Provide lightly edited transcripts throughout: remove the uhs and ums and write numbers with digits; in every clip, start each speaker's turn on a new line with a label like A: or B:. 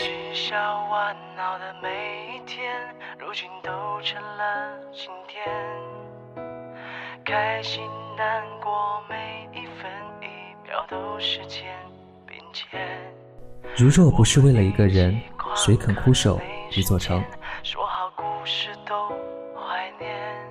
A: 嬉笑玩闹的每一天，如今都成了今天。开心难过每一分一秒都是肩并肩。
B: 如若不是为了一个人，谁肯枯守一座城？
A: 说好故事都怀念，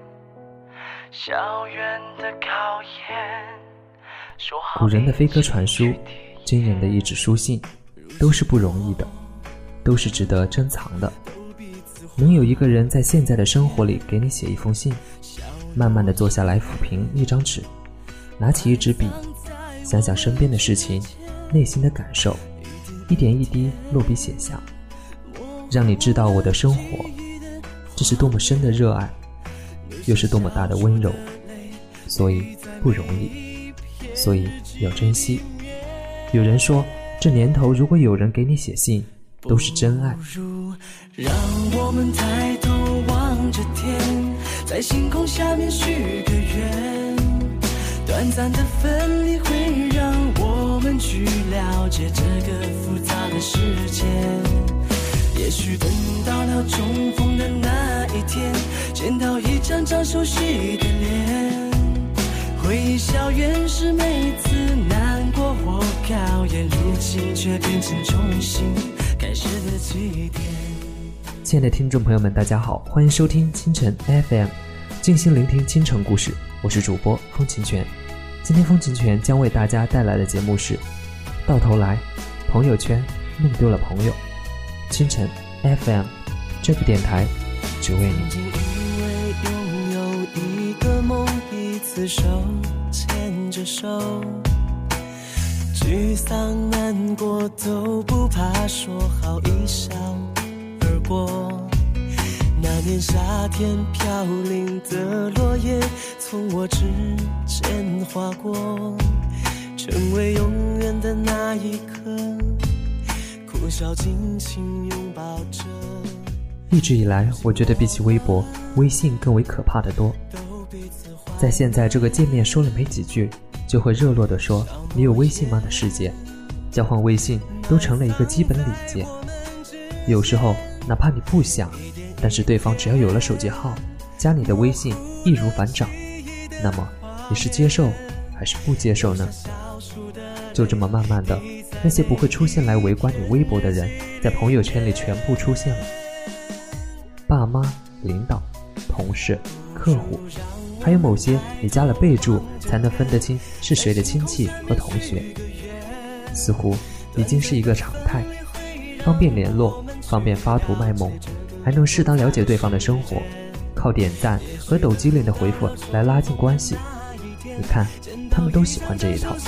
A: 校园的考验。
B: 古人的飞鸽传书，今人的一纸书信，都是不容易的，都是值得珍藏的。能有一个人在现在的生活里给你写一封信，慢慢地坐下来抚平一张纸，拿起一支笔，想想身边的事情，内心的感受，一点一滴落笔写下，让你知道我的生活，这是多么深的热爱，又是多么大的温柔，所以不容易，所以要珍惜。有人说，这年头如果有人给你写信，都是真爱。
A: 让我们抬头望着天，在星空下面许个愿，短暂的分离会让我们去了解这个复杂的世界。也许等到了重逢的那一天，见到一张张熟悉的脸，回忆校园是每次难过或考验，如今却变成重新开始的起点。
B: 亲爱的听众朋友们，大家好，欢迎收听清晨 FM， 静心聆听清晨故事，我是主播风琴泉。今天风琴泉将为大家带来的节目是到头来朋友圈弄丢了朋友。清晨 FM 这部电台只为你。
A: 曾经以为拥有一个梦，彼此手牵着手，沮丧难过都不怕，说好一笑而过。那年夏天飘零的落叶从我指尖划过，成为永远的那一刻，苦笑紧紧拥抱着。
B: 一直以来，我觉得比起微博，微信更为可怕的多。在现在这个见面说了没几句就会热络地说你有微信吗的世界，交换微信都成了一个基本礼节。有时候哪怕你不想，但是对方只要有了手机号，加你的微信易如反掌，那么你是接受还是不接受呢？就这么慢慢的，那些不会出现来围观你微博的人，在朋友圈里全部出现了。爸妈、领导、同事、客户，还有某些你加了备注才能分得清是谁的亲戚和同学，似乎已经是一个常态，方便联络，方便发图卖萌，还能适当了解对方的生活，靠点赞和抖机灵的回复来拉近关系。你看，他们都喜欢这一套。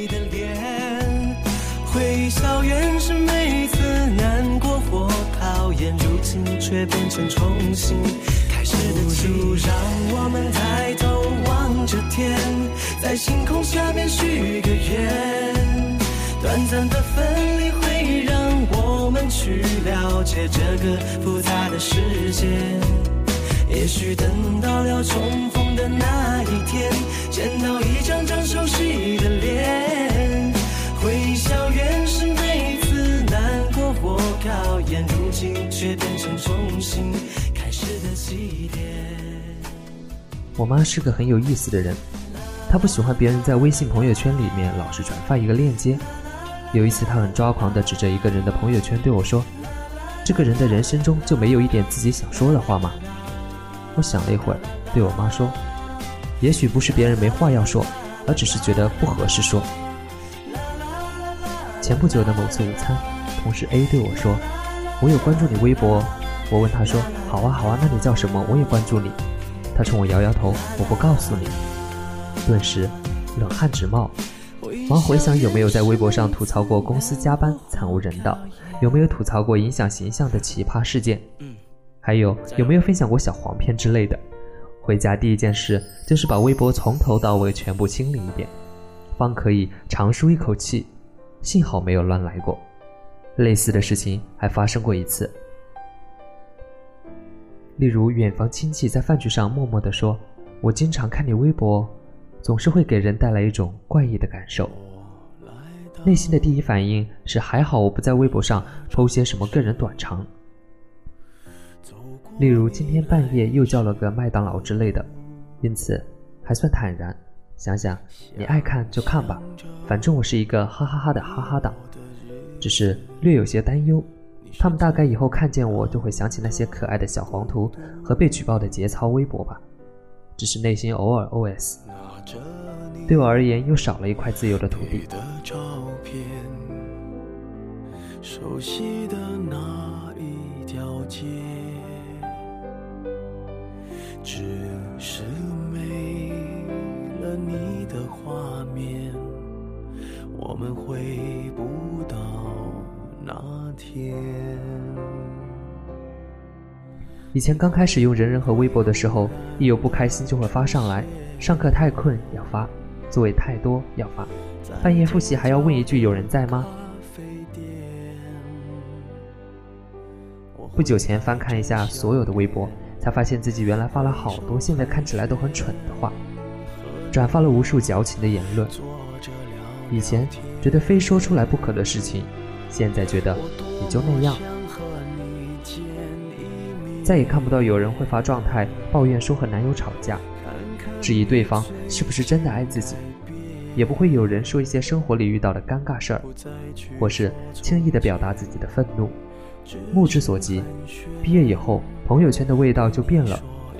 A: 回忆校园是每次难过或考验，如今却变成重新开始的起点。让我们抬头望着天，在星空下面许个愿，短暂的分离会让我们去了解这个复杂的世界。也许等到了重逢的那一天，见到一张张熟悉的脸，回忆校园是每次难过或考验，如今却变成重新开始的起点。
B: 我妈是个很有意思的人，她不喜欢别人在微信朋友圈里面老是转发一个链接。有一次她很抓狂地指着一个人的朋友圈对我说，这个人的人生中就没有一点自己想说的话吗？我想了一会儿，对我妈说，也许不是别人没话要说，而只是觉得不合适说。前不久的某次午餐，同事 A 对我说，我有关注你微博。我问他说，好啊好啊，那你叫什么？我也关注你。他冲我摇摇头，我不告诉你。顿时冷汗直冒，忙回想有没有在微博上吐槽过公司加班惨无人道，有没有吐槽过影响形象的奇葩事件，还有没有分享过小黄片之类的。回家第一件事就是把微博从头到尾全部清理一遍，方可以长舒一口气，幸好没有乱来过。类似的事情还发生过一次，例如远房亲戚在饭局上默默地说，我经常看你微博，总是会给人带来一种怪异的感受。 内心的第一反应是还好我不在微博上剖些什么个人短长，例如今天半夜又叫了个麦当劳之类的，因此还算坦然，想想你爱看就看吧，反正我是一个哈哈哈的哈哈党。只是略有些担忧，他们大概以后看见我就会想起那些可爱的小黄图和被举报的节操微博吧。只是内心偶尔 OS， 对我而言又少了一块自由的土地。
A: 熟悉的那一条街，只是没了你的画面，我们回不到那天。
B: 以前刚开始用人人和微博的时候，一有不开心就会发上来，上课太困要发，作业太多要发，半夜复习还要问一句有人在吗？不久前翻看一下所有的微博，才发现自己原来发了好多现在看起来都很蠢的话，转发了无数矫情的言论。以前觉得非说出来不可的事情，现在觉得也就那样。再也看不到有人会发状态抱怨说和男友吵架，质疑对方是不是真的爱自己，也不会有人说一些生活里遇到的尴尬事儿，或是轻易地表达自己的愤怒。目之所及，毕业以后朋友圈的味道就变了。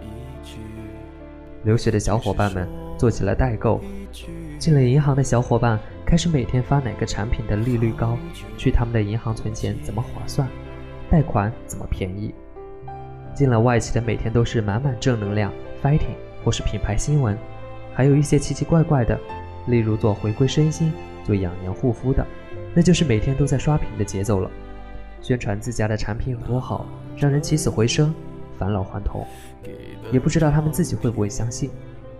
B: 留学的小伙伴们做起了代购，进了银行的小伙伴开始每天发哪个产品的利率高，去他们的银行存钱怎么划算，贷款怎么便宜。进了外企的每天都是满满正能量 fighting 或是品牌新闻，还有一些奇奇怪怪的，例如做回归身心，做养颜护肤的，那就是每天都在刷屏的节奏了。宣传自家的产品有多好，让人起死回生，返老还童，也不知道他们自己会不会相信。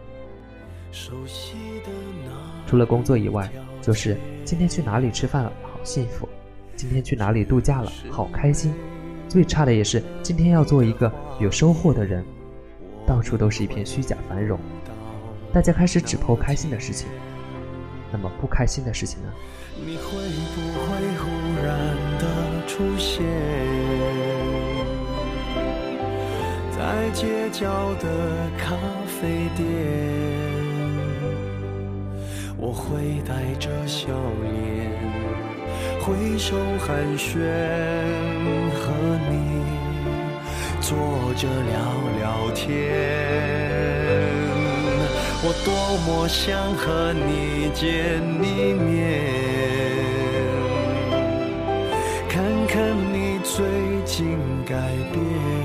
B: 除了工作以外，就是今天去哪里吃饭了，好幸福，今天去哪里度假了，好开心。最差的也是今天要做一个有收获的人，到处都是一片虚假繁荣。大家开始只剖开心的事情，那么不开心的事情呢？
A: 你会不会忽然的出现在街角的咖啡店？我会带着笑脸挥手寒暄，和你坐着聊聊天。我多么想和你见一面，看看你最近改变，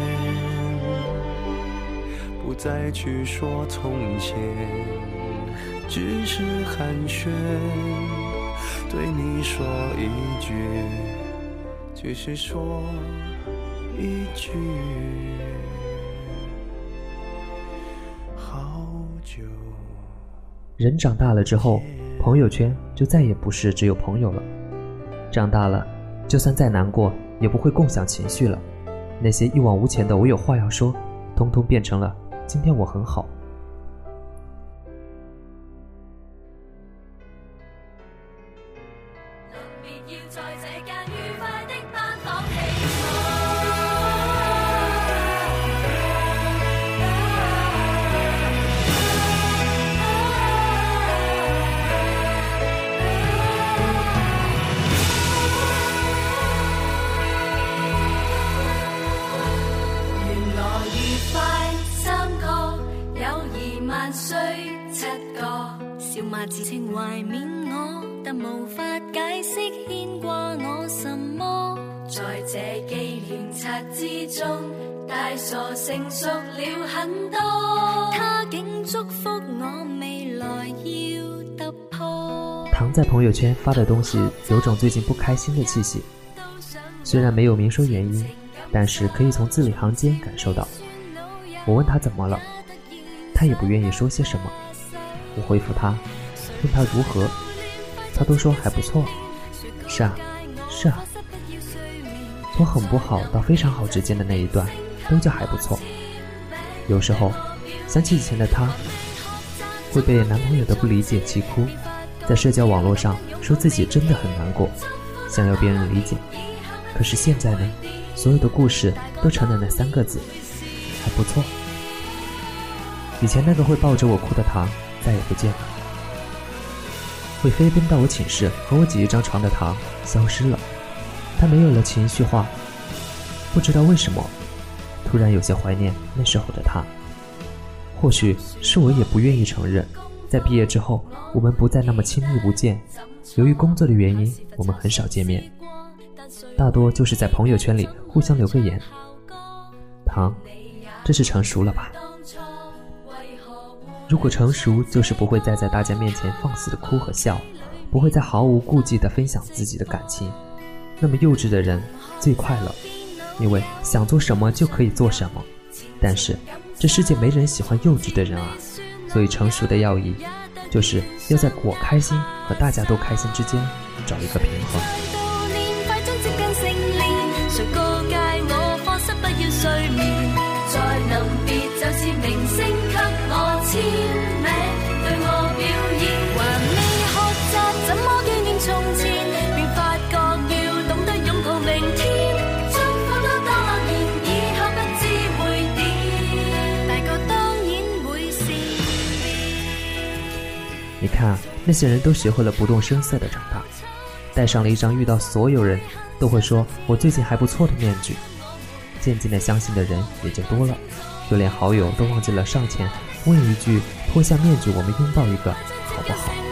A: 不再去说从前，只是寒暄，对你说一句，只是说一句。
B: 人长大了之后，朋友圈就再也不是只有朋友了。长大了，就算再难过，也不会共享情绪了。那些一往无前的我有话要说，通通变成了今天我很好。
C: 自情懷緬我，但無法解釋牽掛我什麼。在這紀念冊之中，大傻成熟了很多。他竟祝福我未來要突破。
B: 唐在朋友圈發的東西有種最近不開心的氣息，雖然沒有明說原因，但是可以從字裡行間感受到。我問他怎麼了，他也不願意說些什麼。我回復他，問他如何，他都說還不錯。是啊，是啊，從很不好到非常好之間的那一段都叫還不錯。有時候想起以前的他，會被男朋友的不理解氣哭，在社交網絡上说自己真的很难过，想要别人理解。可是现在呢，所有的故事都成了那3个字，还不错。以前那个会抱着我哭的他再也不见了，会飞奔到我寝室和我挤一张床的他消失了，他没有了情绪化。不知道为什么突然有些怀念那时候的他。或许是我也不愿意承认，在毕业之后我们不再那么亲密无间，由于工作的原因我们很少见面，大多就是在朋友圈里互相留个言。唐，这是成熟了吧？如果成熟就是不会再在大家面前放肆的哭和笑，不会再毫无顾忌地分享自己的感情，那么幼稚的人最快乐，因为想做什么就可以做什么。但是这世界没人喜欢幼稚的人啊，所以成熟的要义就是要在我开心和大家都开心之间找一个平衡。你看啊，那些人都学会了不动声色的长大，戴上了一张遇到所有人都会说我最近还不错的面具，渐渐的相信的人也就多了，就连好友都忘记了上前问一句，脱下面具我们拥抱一个好不好？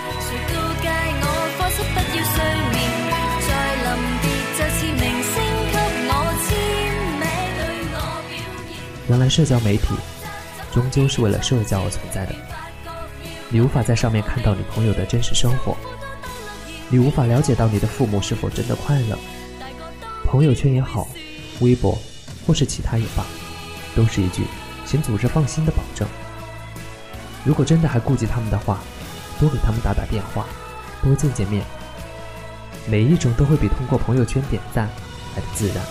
B: 原来社交媒体终究是为了社交而存在的，你无法在上面看到你朋友的真实生活，你无法了解到你的父母是否真的快乐。朋友圈也好，微博或是其他也罢，都是一句请组织放心的保证。如果真的还顾及他们的话，多给他们打打电话，多见见面，每一种都会比通过朋友圈点赞来的自然。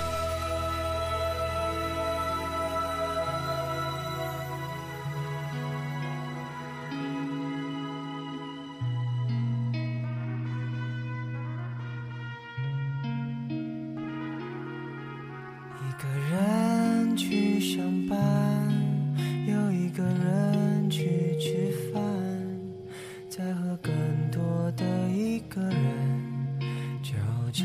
A: 一个人去上班，有一个人去吃饭，再和更多的一个人纠缠。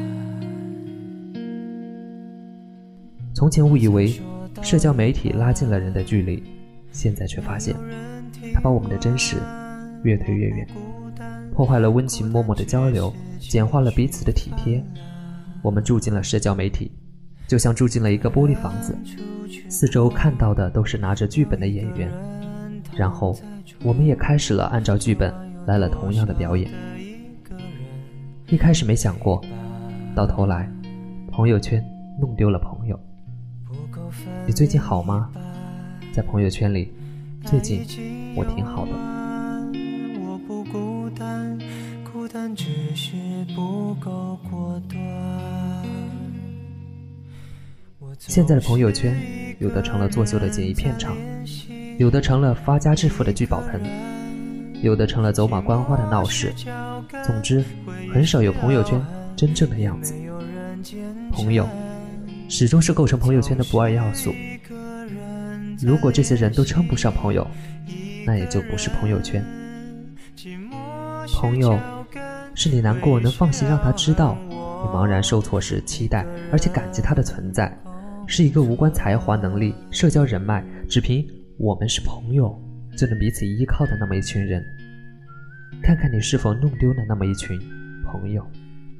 B: 从前误以为社交媒体拉近了人的距离，现在却发现它把我们的真实越推越远，破坏了温情脉脉的交流，简化了彼此的体贴。我们住进了社交媒体，就像住进了一个玻璃房子，四周看到的都是拿着剧本的演员，然后我们也开始了按照剧本来了同样的表演。一开始没想过，到头来朋友圈弄丢了朋友。你最近好吗？在朋友圈里，最近我挺好的。
A: 我不孤单，孤单只是不够果断。
B: 现在的朋友圈，有的成了作秀的简易片场，有的成了发家致富的聚宝盆，有的成了走马观花的闹市。总之，很少有朋友圈真正的样子。朋友始终是构成朋友圈的不二要素。如果这些人都称不上朋友，那也就不是朋友圈。朋友是你难过能放心让他知道，你茫然受挫时期待而且感激他的存在，是一个无关才华能力社交人脉，只凭我们是朋友就能彼此依靠的那么一群人。看看你是否弄丢了那么一群朋友。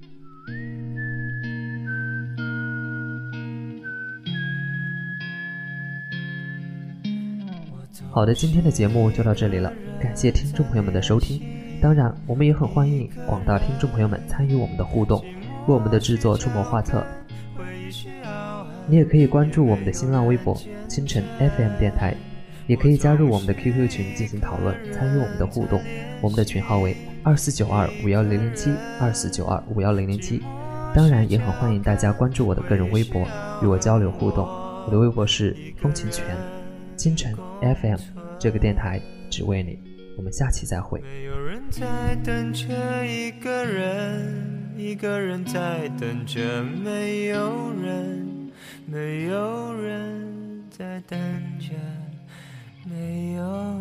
B: 好的，今天的节目就到这里了，感谢听众朋友们的收听。当然我们也很欢迎广大听众朋友们参与我们的互动，为我们的制作出谋划策。你也可以关注我们的新浪微博清晨 FM 电台，也可以加入我们的 QQ 群进行讨论，参与我们的互动。我们的群号为2492-51007 2492-51007。当然也很欢迎大家关注我的个人微博，与我交流互动。我的微博是风情泉，清晨 FM 这个电台只为你。我们下期再会。
A: 没有人
D: 在等着一个人，一个人在等着，没有人，没有人在等着，没有人。